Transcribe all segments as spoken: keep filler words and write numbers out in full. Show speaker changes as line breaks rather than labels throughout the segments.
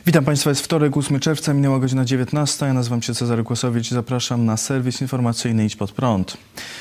Witam Państwa, jest wtorek, ósmego czerwca, minęła godzina dziewiętnasta. Ja nazywam się Cezary Kłosowicz i zapraszam na serwis informacyjny Idź Pod Prąd.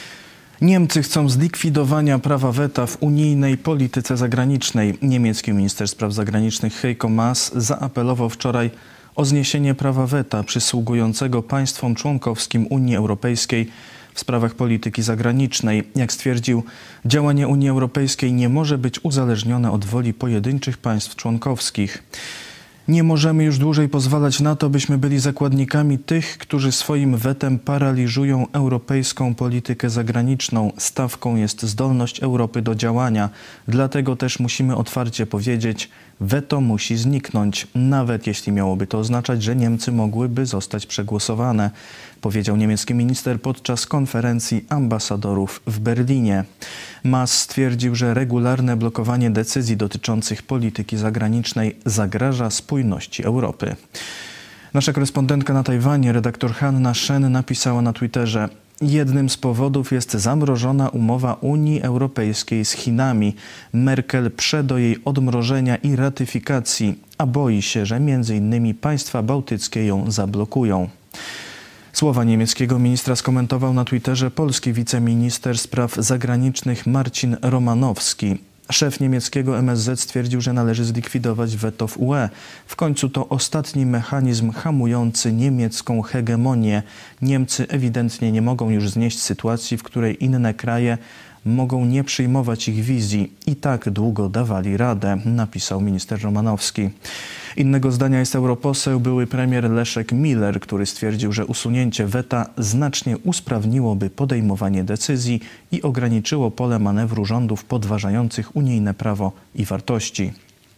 Niemcy chcą zlikwidowania prawa weta w unijnej polityce zagranicznej. Niemiecki minister spraw zagranicznych Heiko Maas zaapelował wczoraj o zniesienie prawa weta przysługującego państwom członkowskim Unii Europejskiej w sprawach polityki zagranicznej. Jak stwierdził, działanie Unii Europejskiej nie może być uzależnione od woli pojedynczych państw członkowskich. Nie możemy już dłużej pozwalać na to, byśmy byli zakładnikami tych, którzy swoim wetem paraliżują europejską politykę zagraniczną. Stawką jest zdolność Europy do działania. Dlatego też musimy otwarcie powiedzieć, weto musi zniknąć, nawet jeśli miałoby to oznaczać, że Niemcy mogłyby zostać przegłosowane, powiedział niemiecki minister podczas konferencji ambasadorów w Berlinie. Maas stwierdził, że regularne blokowanie decyzji dotyczących polityki zagranicznej zagraża spójności Europy. Nasza korespondentka na Tajwanie, redaktor Hanna Shen, napisała na Twitterze: jednym z powodów jest zamrożona umowa Unii Europejskiej z Chinami. Merkel prze do jej odmrożenia i ratyfikacji, a boi się, że między innymi państwa bałtyckie ją zablokują. Słowa niemieckiego ministra skomentował na Twitterze polski wiceminister spraw zagranicznych Marcin Romanowski. Szef niemieckiego M S Z stwierdził, że należy zlikwidować weto w U E. W końcu to ostatni mechanizm hamujący niemiecką hegemonię. Niemcy ewidentnie nie mogą już znieść sytuacji, w której inne kraje mogą nie przyjmować ich wizji. I tak długo dawali radę, napisał minister Romanowski. Innego zdania jest europoseł, były premier Leszek Miller, który stwierdził, że usunięcie weta znacznie usprawniłoby podejmowanie decyzji i ograniczyło pole manewru rządów podważających unijne prawo i wartości.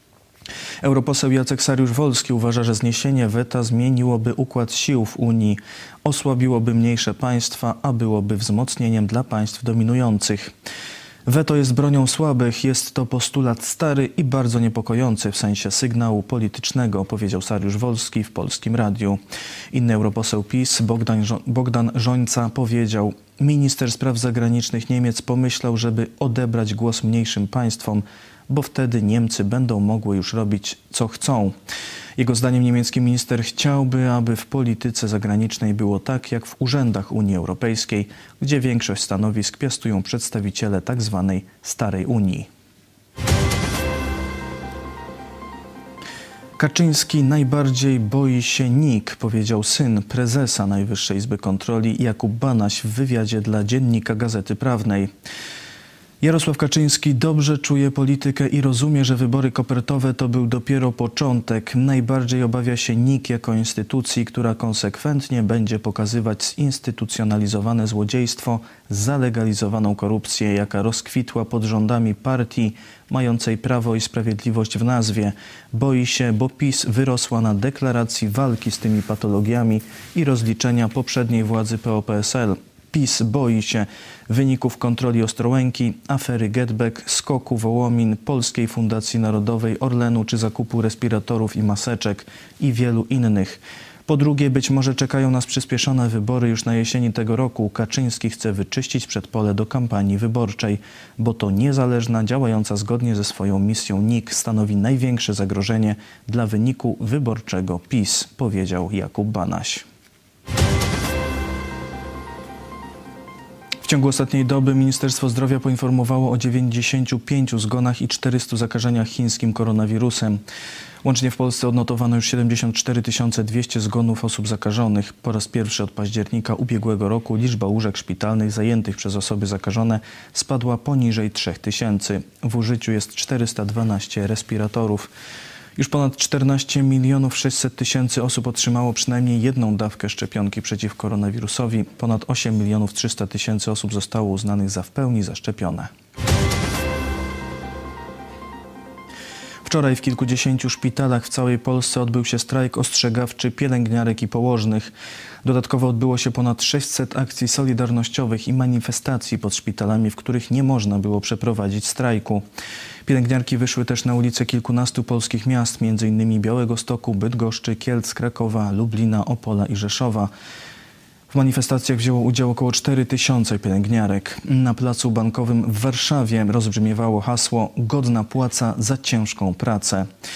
Europoseł Jacek Saryusz-Wolski uważa, że zniesienie weta zmieniłoby układ sił w Unii, osłabiłoby mniejsze państwa, a byłoby wzmocnieniem dla państw dominujących. Weto jest bronią słabych, jest to postulat stary i bardzo niepokojący w sensie sygnału politycznego, powiedział Saryusz-Wolski w Polskim Radiu. Inny europoseł PiS, Bogdan, Bogdan Rzońca, powiedział: minister spraw zagranicznych Niemiec pomyślał, żeby odebrać głos mniejszym państwom, bo wtedy Niemcy będą mogły już robić, co chcą. Jego zdaniem niemiecki minister chciałby, aby w polityce zagranicznej było tak, jak w urzędach Unii Europejskiej, gdzie większość stanowisk piastują przedstawiciele tzw. Starej Unii. Kaczyński najbardziej boi się N I K, powiedział syn prezesa Najwyższej Izby Kontroli Jakub Banaś w wywiadzie dla Dziennika Gazety Prawnej. Jarosław Kaczyński dobrze czuje politykę i rozumie, że wybory kopertowe to był dopiero początek. Najbardziej obawia się N I K jako instytucji, która konsekwentnie będzie pokazywać zinstytucjonalizowane złodziejstwo, zalegalizowaną korupcję, jaka rozkwitła pod rządami partii mającej Prawo i Sprawiedliwość w nazwie. Boi się, bo PiS wyrosła na deklaracji walki z tymi patologiami i rozliczenia poprzedniej władzy P O P S L. PiS boi się wyników kontroli Ostrołęki, afery GetBack, skoku Wołomin, Polskiej Fundacji Narodowej, Orlenu czy zakupu respiratorów i maseczek i wielu innych. Po drugie, być może czekają nas przyspieszone wybory już na jesieni tego roku. Kaczyński chce wyczyścić przedpole do kampanii wyborczej, bo to niezależna, działająca zgodnie ze swoją misją N I K stanowi największe zagrożenie dla wyniku wyborczego PiS, powiedział Jakub Banaś. W ciągu ostatniej doby Ministerstwo Zdrowia poinformowało o dziewięćdziesięciu pięciu zgonach i czterystu zakażeniach chińskim koronawirusem. Łącznie w Polsce odnotowano już siedemdziesiąt cztery tysiące dwieście zgonów osób zakażonych. Po raz pierwszy od października ubiegłego roku liczba łóżek szpitalnych zajętych przez osoby zakażone spadła poniżej trzech tysięcy. W użyciu jest czterysta dwanaście respiratorów. Już ponad czternaście milionów sześćset tysięcy osób otrzymało przynajmniej jedną dawkę szczepionki przeciw koronawirusowi. Ponad osiem milionów trzysta tysięcy osób zostało uznanych za w pełni zaszczepione. Wczoraj w kilkudziesięciu szpitalach w całej Polsce odbył się strajk ostrzegawczy pielęgniarek i położnych. Dodatkowo odbyło się ponad sześćset akcji solidarnościowych i manifestacji pod szpitalami, w których nie można było przeprowadzić strajku. Pielęgniarki wyszły też na ulice kilkunastu polskich miast, między innymi Białegostoku, Bydgoszczy, Kielc, Krakowa, Lublina, Opola i Rzeszowa. W manifestacjach wzięło udział około cztery tysiące pielęgniarek. Na placu Bankowym w Warszawie rozbrzmiewało hasło „Godna płaca za ciężką pracę”.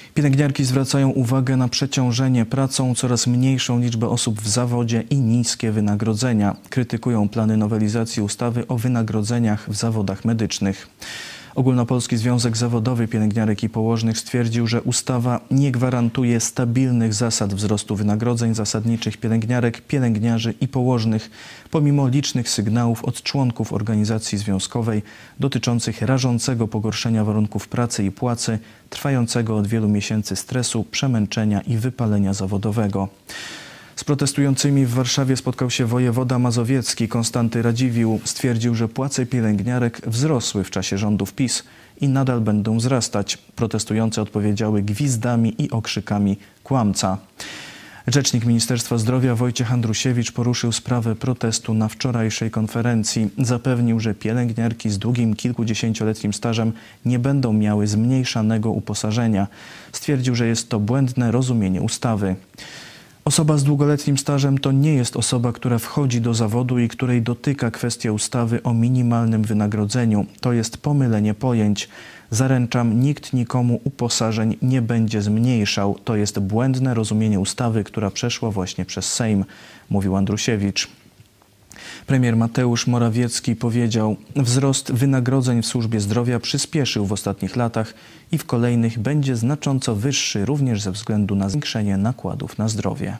Pielęgniarki zwracają uwagę na przeciążenie pracą, coraz mniejszą liczbę osób w zawodzie i niskie wynagrodzenia. Krytykują plany nowelizacji ustawy o wynagrodzeniach w zawodach medycznych. Ogólnopolski Związek Zawodowy Pielęgniarek i Położnych stwierdził, że ustawa nie gwarantuje stabilnych zasad wzrostu wynagrodzeń zasadniczych pielęgniarek, pielęgniarzy i położnych, pomimo licznych sygnałów od członków organizacji związkowej dotyczących rażącego pogorszenia warunków pracy i płacy, trwającego od wielu miesięcy stresu, przemęczenia i wypalenia zawodowego. Z protestującymi w Warszawie spotkał się wojewoda mazowiecki Konstanty Radziwiłł. Stwierdził, że płace pielęgniarek wzrosły w czasie rządów PiS i nadal będą wzrastać. Protestujące odpowiedziały gwizdami i okrzykami kłamca. Rzecznik Ministerstwa Zdrowia Wojciech Andrusiewicz poruszył sprawę protestu na wczorajszej konferencji. Zapewnił, że pielęgniarki z długim kilkudziesięcioletnim stażem nie będą miały zmniejszanego uposażenia. Stwierdził, że jest to błędne rozumienie ustawy. Osoba z długoletnim stażem to nie jest osoba, która wchodzi do zawodu i której dotyka kwestia ustawy o minimalnym wynagrodzeniu. To jest pomylenie pojęć. Zaręczam, nikt nikomu uposażeń nie będzie zmniejszał. To jest błędne rozumienie ustawy, która przeszła właśnie przez Sejm, mówił Andrusiewicz. Premier Mateusz Morawiecki powiedział, wzrost wynagrodzeń w służbie zdrowia przyspieszył w ostatnich latach i w kolejnych będzie znacząco wyższy również ze względu na zwiększenie nakładów na zdrowie.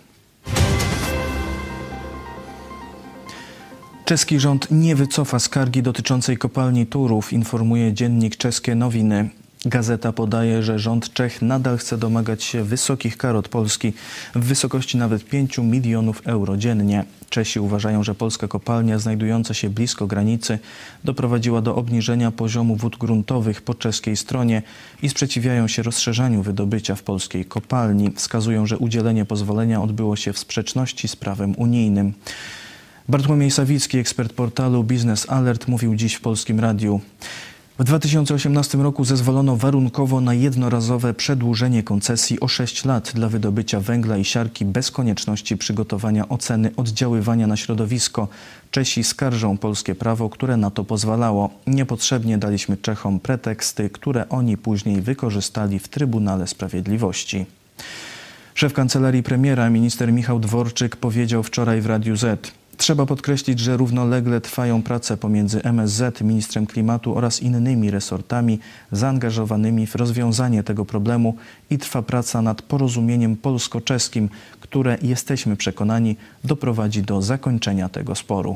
Czeski rząd nie wycofa skargi dotyczącej kopalni Turów, informuje dziennik Czeskie Nowiny. Gazeta podaje, że rząd Czech nadal chce domagać się wysokich kar od Polski w wysokości nawet pięciu milionów euro dziennie. Czesi uważają, że polska kopalnia znajdująca się blisko granicy doprowadziła do obniżenia poziomu wód gruntowych po czeskiej stronie i sprzeciwiają się rozszerzaniu wydobycia w polskiej kopalni. Wskazują, że udzielenie pozwolenia odbyło się w sprzeczności z prawem unijnym. Bartłomiej Sawicki, ekspert portalu Biznes Alert, mówił dziś w Polskim Radiu. W dwa tysiące osiemnastym roku zezwolono warunkowo na jednorazowe przedłużenie koncesji o sześć lat dla wydobycia węgla i siarki bez konieczności przygotowania oceny oddziaływania na środowisko. Czesi skarżą polskie prawo, które na to pozwalało. Niepotrzebnie daliśmy Czechom preteksty, które oni później wykorzystali w Trybunale Sprawiedliwości. Szef kancelarii premiera, minister Michał Dworczyk, powiedział wczoraj w Radiu Z. Trzeba podkreślić, że równolegle trwają prace pomiędzy M S Z, ministrem klimatu oraz innymi resortami zaangażowanymi w rozwiązanie tego problemu i trwa praca nad porozumieniem polsko-czeskim, które jesteśmy przekonani doprowadzi do zakończenia tego sporu.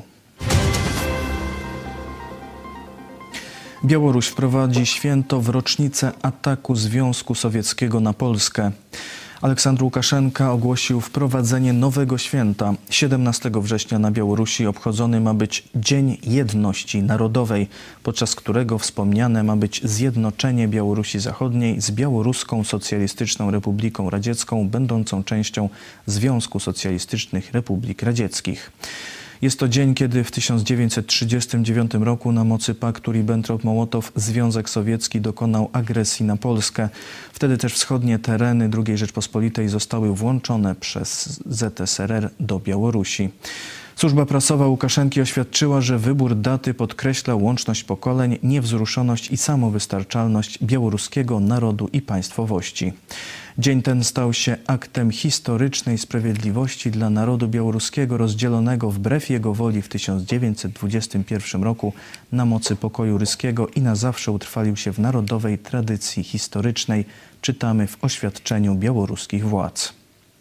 Białoruś wprowadzi święto w rocznicę ataku Związku Sowieckiego na Polskę. Aleksandr Łukaszenka ogłosił wprowadzenie nowego święta. siedemnastego września na Białorusi obchodzony ma być Dzień Jedności Narodowej, podczas którego wspomniane ma być zjednoczenie Białorusi Zachodniej z Białoruską Socjalistyczną Republiką Radziecką, będącą częścią Związku Socjalistycznych Republik Radzieckich. Jest to dzień, kiedy w tysiąc dziewięćset trzydziestym dziewiątym roku na mocy paktu Ribbentrop-Mołotow Związek Sowiecki dokonał agresji na Polskę. Wtedy też wschodnie tereny drugiej Rzeczpospolitej zostały włączone przez Z S R R do Białorusi. Służba prasowa Łukaszenki oświadczyła, że wybór daty podkreśla łączność pokoleń, niewzruszoność i samowystarczalność białoruskiego narodu i państwowości. Dzień ten stał się aktem historycznej sprawiedliwości dla narodu białoruskiego rozdzielonego wbrew jego woli w tysiąc dziewięćset dwudziestym pierwszym roku na mocy pokoju ryskiego i na zawsze utrwalił się w narodowej tradycji historycznej, czytamy w oświadczeniu białoruskich władz.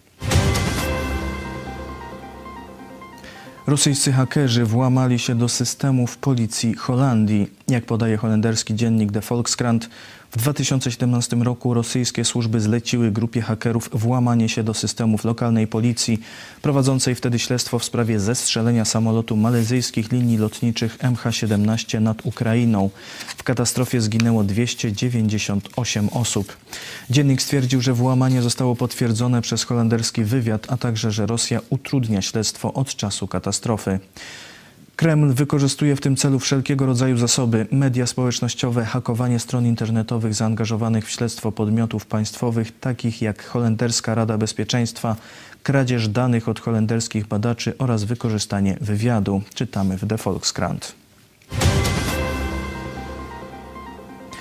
Rosyjscy hakerzy włamali się do systemów policji Holandii. Jak podaje holenderski dziennik De Volkskrant, w dwa tysiące siedemnastym roku rosyjskie służby zleciły grupie hakerów włamanie się do systemów lokalnej policji, prowadzącej wtedy śledztwo w sprawie zestrzelenia samolotu malezyjskich linii lotniczych M H siedemnaście nad Ukrainą. W katastrofie zginęło dwieście dziewięćdziesiąt osiem osób. Dziennik stwierdził, że włamanie zostało potwierdzone przez holenderski wywiad, a także, że Rosja utrudnia śledztwo od czasu katastrofy. Kreml wykorzystuje w tym celu wszelkiego rodzaju zasoby, media społecznościowe, hakowanie stron internetowych zaangażowanych w śledztwo podmiotów państwowych, takich jak Holenderska Rada Bezpieczeństwa, kradzież danych od holenderskich badaczy oraz wykorzystanie wywiadu, czytamy w De Volkskrant.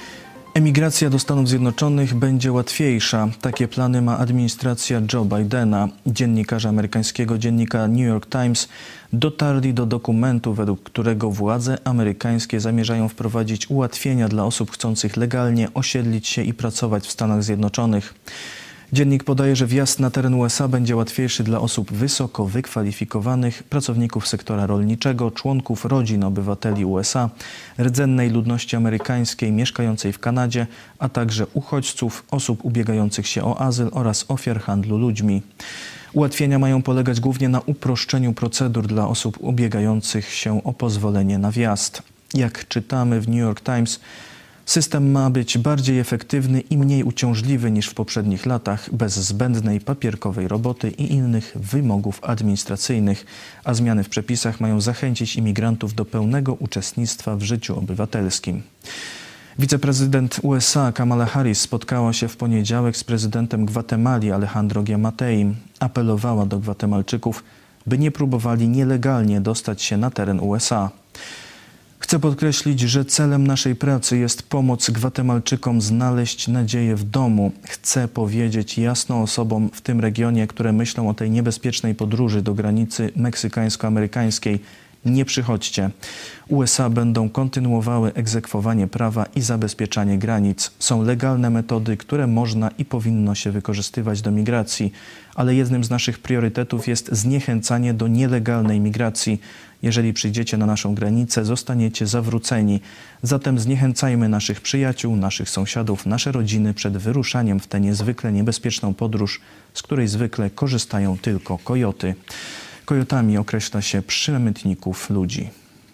Emigracja do Stanów Zjednoczonych będzie łatwiejsza. Takie plany ma administracja Joe Bidena. Dziennikarze amerykańskiego dziennika New York Times dotarli do dokumentu, według którego władze amerykańskie zamierzają wprowadzić ułatwienia dla osób chcących legalnie osiedlić się i pracować w Stanach Zjednoczonych. Dziennik podaje, że wjazd na teren U S A będzie łatwiejszy dla osób wysoko wykwalifikowanych, pracowników sektora rolniczego, członków rodzin obywateli U S A, rdzennej ludności amerykańskiej mieszkającej w Kanadzie, a także uchodźców, osób ubiegających się o azyl oraz ofiar handlu ludźmi. Ułatwienia mają polegać głównie na uproszczeniu procedur dla osób ubiegających się o pozwolenie na wjazd. Jak czytamy w New York Times, system ma być bardziej efektywny i mniej uciążliwy niż w poprzednich latach, bez zbędnej papierkowej roboty i innych wymogów administracyjnych, a zmiany w przepisach mają zachęcić imigrantów do pełnego uczestnictwa w życiu obywatelskim. Wiceprezydent U S A Kamala Harris spotkała się w poniedziałek z prezydentem Gwatemali Alejandro Giammatteim. Apelowała do Gwatemalczyków, by nie próbowali nielegalnie dostać się na teren U S A. Chcę podkreślić, że celem naszej pracy jest pomoc Gwatemalczykom znaleźć nadzieję w domu. Chcę powiedzieć jasno osobom w tym regionie, które myślą o tej niebezpiecznej podróży do granicy meksykańsko-amerykańskiej: nie przychodźcie. U S A będą kontynuowały egzekwowanie prawa i zabezpieczanie granic. Są legalne metody, które można i powinno się wykorzystywać do migracji, ale jednym z naszych priorytetów jest zniechęcanie do nielegalnej migracji. Jeżeli przyjdziecie na naszą granicę, zostaniecie zawróceni. Zatem zniechęcajmy naszych przyjaciół, naszych sąsiadów, nasze rodziny przed wyruszaniem w tę niezwykle niebezpieczną podróż, z której zwykle korzystają tylko kojoty. Kojotami określa się przemytników ludzi.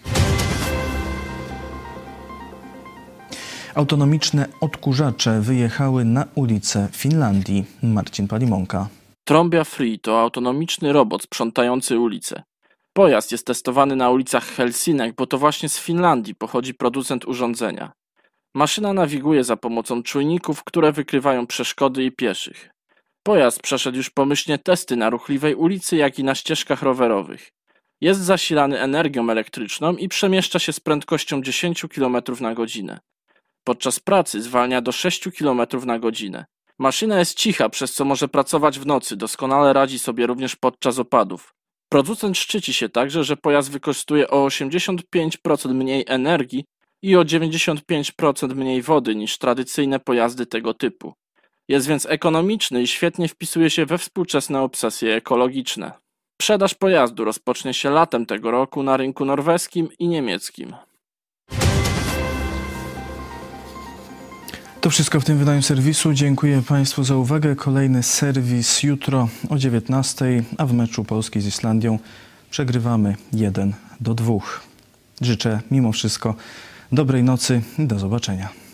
Autonomiczne odkurzacze wyjechały na ulice Finlandii. Marcin Palimonka.
Trombia Free to autonomiczny robot sprzątający ulice. Pojazd jest testowany na ulicach Helsinek, bo to właśnie z Finlandii pochodzi producent urządzenia. Maszyna nawiguje za pomocą czujników, które wykrywają przeszkody i pieszych. Pojazd przeszedł już pomyślnie testy na ruchliwej ulicy, jak i na ścieżkach rowerowych. Jest zasilany energią elektryczną i przemieszcza się z prędkością dziesięć kilometrów na godzinę. Podczas pracy zwalnia do sześć kilometrów na godzinę. Maszyna jest cicha, przez co może pracować w nocy, doskonale radzi sobie również podczas opadów. Producent szczyci się także, że pojazd wykorzystuje o osiemdziesiąt pięć procent mniej energii i o dziewięćdziesiąt pięć procent mniej wody niż tradycyjne pojazdy tego typu. Jest więc ekonomiczny i świetnie wpisuje się we współczesne obsesje ekologiczne. Sprzedaż pojazdu rozpocznie się latem tego roku na rynku norweskim i niemieckim.
To wszystko w tym wydaniu serwisu. Dziękuję Państwu za uwagę. Kolejny serwis jutro o dziewiętnastej, a w meczu Polski z Islandią przegrywamy jeden do dwóch. Życzę mimo wszystko dobrej nocy i do zobaczenia.